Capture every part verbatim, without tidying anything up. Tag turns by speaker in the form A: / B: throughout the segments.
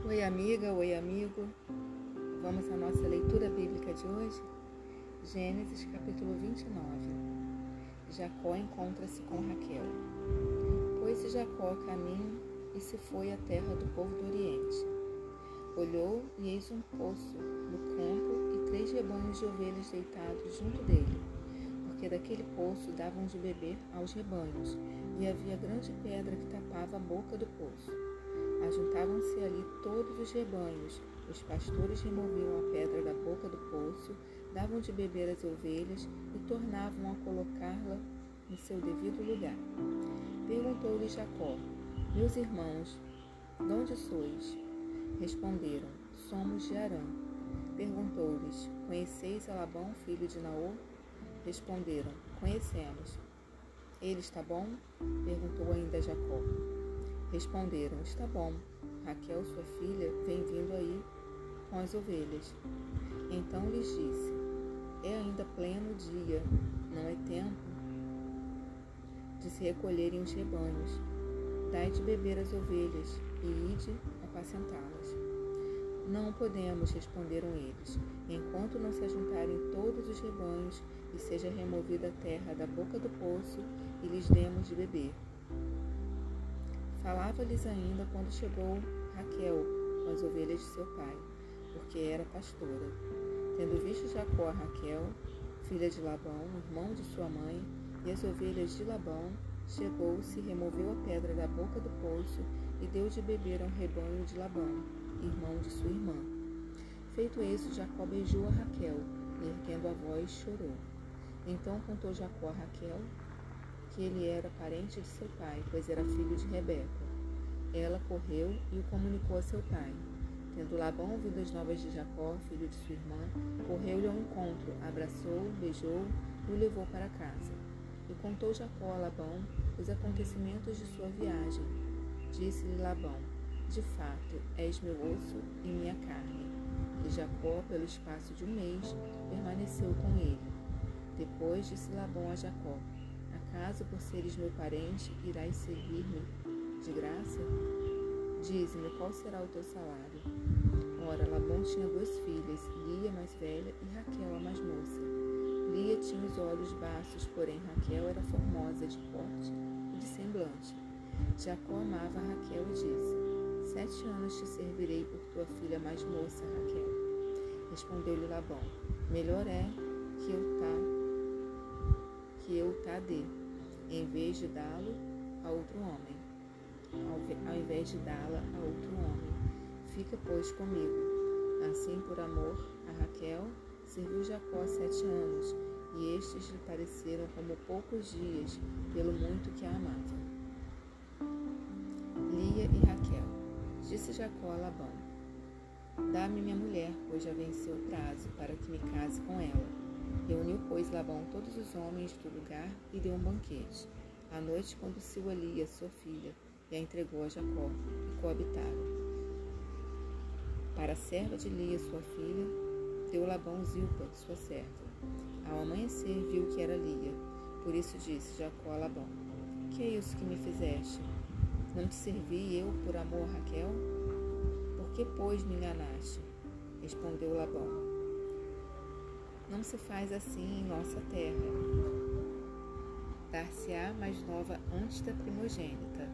A: Oi amiga, oi amigo, vamos à nossa leitura bíblica de hoje? Gênesis capítulo vinte e nove. Jacó encontra-se com Raquel. Pôs-se Jacó a caminho e se foi à terra do povo do Oriente. Olhou e eis um poço no campo e três rebanhos de ovelhas deitados junto dele, porque daquele poço davam de beber aos rebanhos, e havia grande pedra que tapava a boca do poço. Ajuntavam-se ali todos os rebanhos, os pastores removiam a pedra da boca do poço, davam de beber às ovelhas e tornavam a colocá-la no seu devido lugar. Perguntou-lhe Jacó: Meus irmãos, de onde sois? Responderam: Somos de Harã. Perguntou-lhes: Conheceis a Labão, filho de Naor? Responderam: Conhecemos. Ele está bom? Perguntou ainda Jacó. Responderam: Está bom. Raquel, sua filha, vem vindo aí com as ovelhas. Então lhes disse: É ainda pleno dia, não é tempo de se recolherem os rebanhos. Dai de beber às ovelhas e ide apacentá-las. Não podemos, responderam eles, enquanto não se ajuntarem todos os rebanhos e seja removida a terra da boca do poço e lhes demos de beber. Falava-lhes ainda quando chegou Raquel com as ovelhas de seu pai, porque era pastora. Tendo visto Jacó a Raquel, filha de Labão, irmão de sua mãe, e as ovelhas de Labão, chegou-se, removeu a pedra da boca do poço e deu de beber ao rebanho de Labão, irmão de sua irmã. Feito isso, Jacó beijou a Raquel, e erguendo a voz, chorou. Então contou Jacó a Raquel que ele era parente de seu pai, pois era filho de Rebeca. Ela correu e o comunicou a seu pai. Tendo Labão ouvido as novas de Jacó, filho de sua irmã, correu-lhe ao encontro, abraçou-o, beijou-o e o levou para casa. E contou Jacó a Labão os acontecimentos de sua viagem. Disse-lhe Labão: De fato, és meu osso e minha carne. E Jacó, pelo espaço de um mês, permaneceu com ele. Depois disse Labão a Jacó: Acaso, por seres meu parente, irás servir-me de graça? Dize-me, qual será o teu salário? Ora, Labão tinha duas filhas, Lia, mais velha, e Raquel, a mais moça. Lia tinha os olhos baços, porém Raquel era formosa de porte e de semblante. Jacó amava Raquel e disse: Sete anos te servirei por tua filha mais moça, Raquel. Respondeu-lhe Labão: Melhor é que eu tá que eu tá dê, em vez de dá-lo a outro homem, ao, ao invés de dá-la a outro homem. Fica, pois, comigo. Assim, por amor a Raquel, serviu Jacó sete anos, e estes lhe pareceram como poucos dias, pelo muito que a amava. Lia e Raquel. Disse Jacó a Labão: Dá-me minha mulher, pois já venceu o prazo, para que me case com ela. Reuniu, pois, Labão todos os homens do lugar e deu um banquete. À noite conduziu a Lia, sua filha, e a entregou a Jacó, e coabitaram. Para a serva de Lia, sua filha, deu Labão Zilpa, sua serva. Ao amanhecer viu que era Lia, por isso disse Jacó a Labão: Que é isso que me fizeste? Não te servi eu por amor a Raquel? Por que, pois, me enganaste? Respondeu Labão: Não se faz assim em nossa terra. Dar-se-á mais nova antes da primogênita.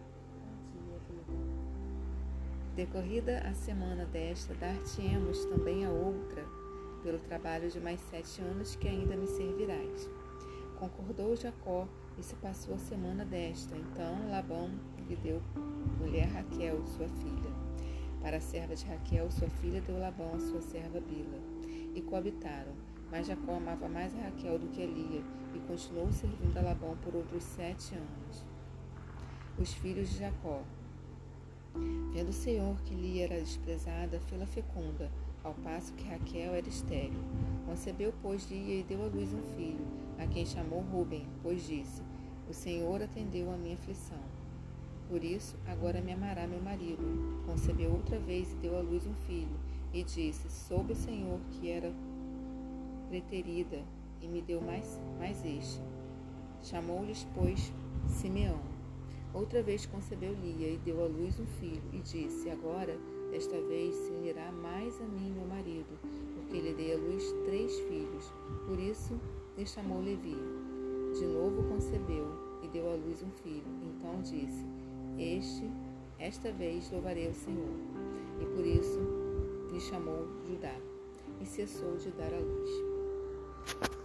A: Decorrida a semana desta, dar-te-emos também a outra, pelo trabalho de mais sete anos que ainda me servirás. Concordou Jacó, e se passou a semana desta. Então Labão lhe deu mulher Raquel, sua filha. Para a serva de Raquel, sua filha, deu Labão a sua serva Bila. E coabitaram, mas Jacó amava mais a Raquel do que a Lia, e continuou servindo a Labão por outros sete anos. Os filhos de Jacó. Vendo o Senhor que Lia era desprezada, fê-la fecunda, ao passo que Raquel era estéril. Concebeu, pois, Lia e deu à luz um filho, a quem chamou Ruben, pois disse: O Senhor atendeu a minha aflição. Por isso, agora me amará meu marido. Concebeu outra vez e deu à luz um filho, e disse: Soube o Senhor que era preterida, e me deu mais, mais este. Chamou-lhes, pois, Simeão. Outra vez concebeu Lia e deu à luz um filho, e disse: Agora Desta vez se unirá mais a mim, meu marido, porque lhe dei à luz três filhos. Por isso lhe chamou Levi. De novo concebeu e deu à luz um filho. Então disse: Este, esta vez louvarei o Senhor. E por isso lhe chamou Judá. E cessou de dar à luz.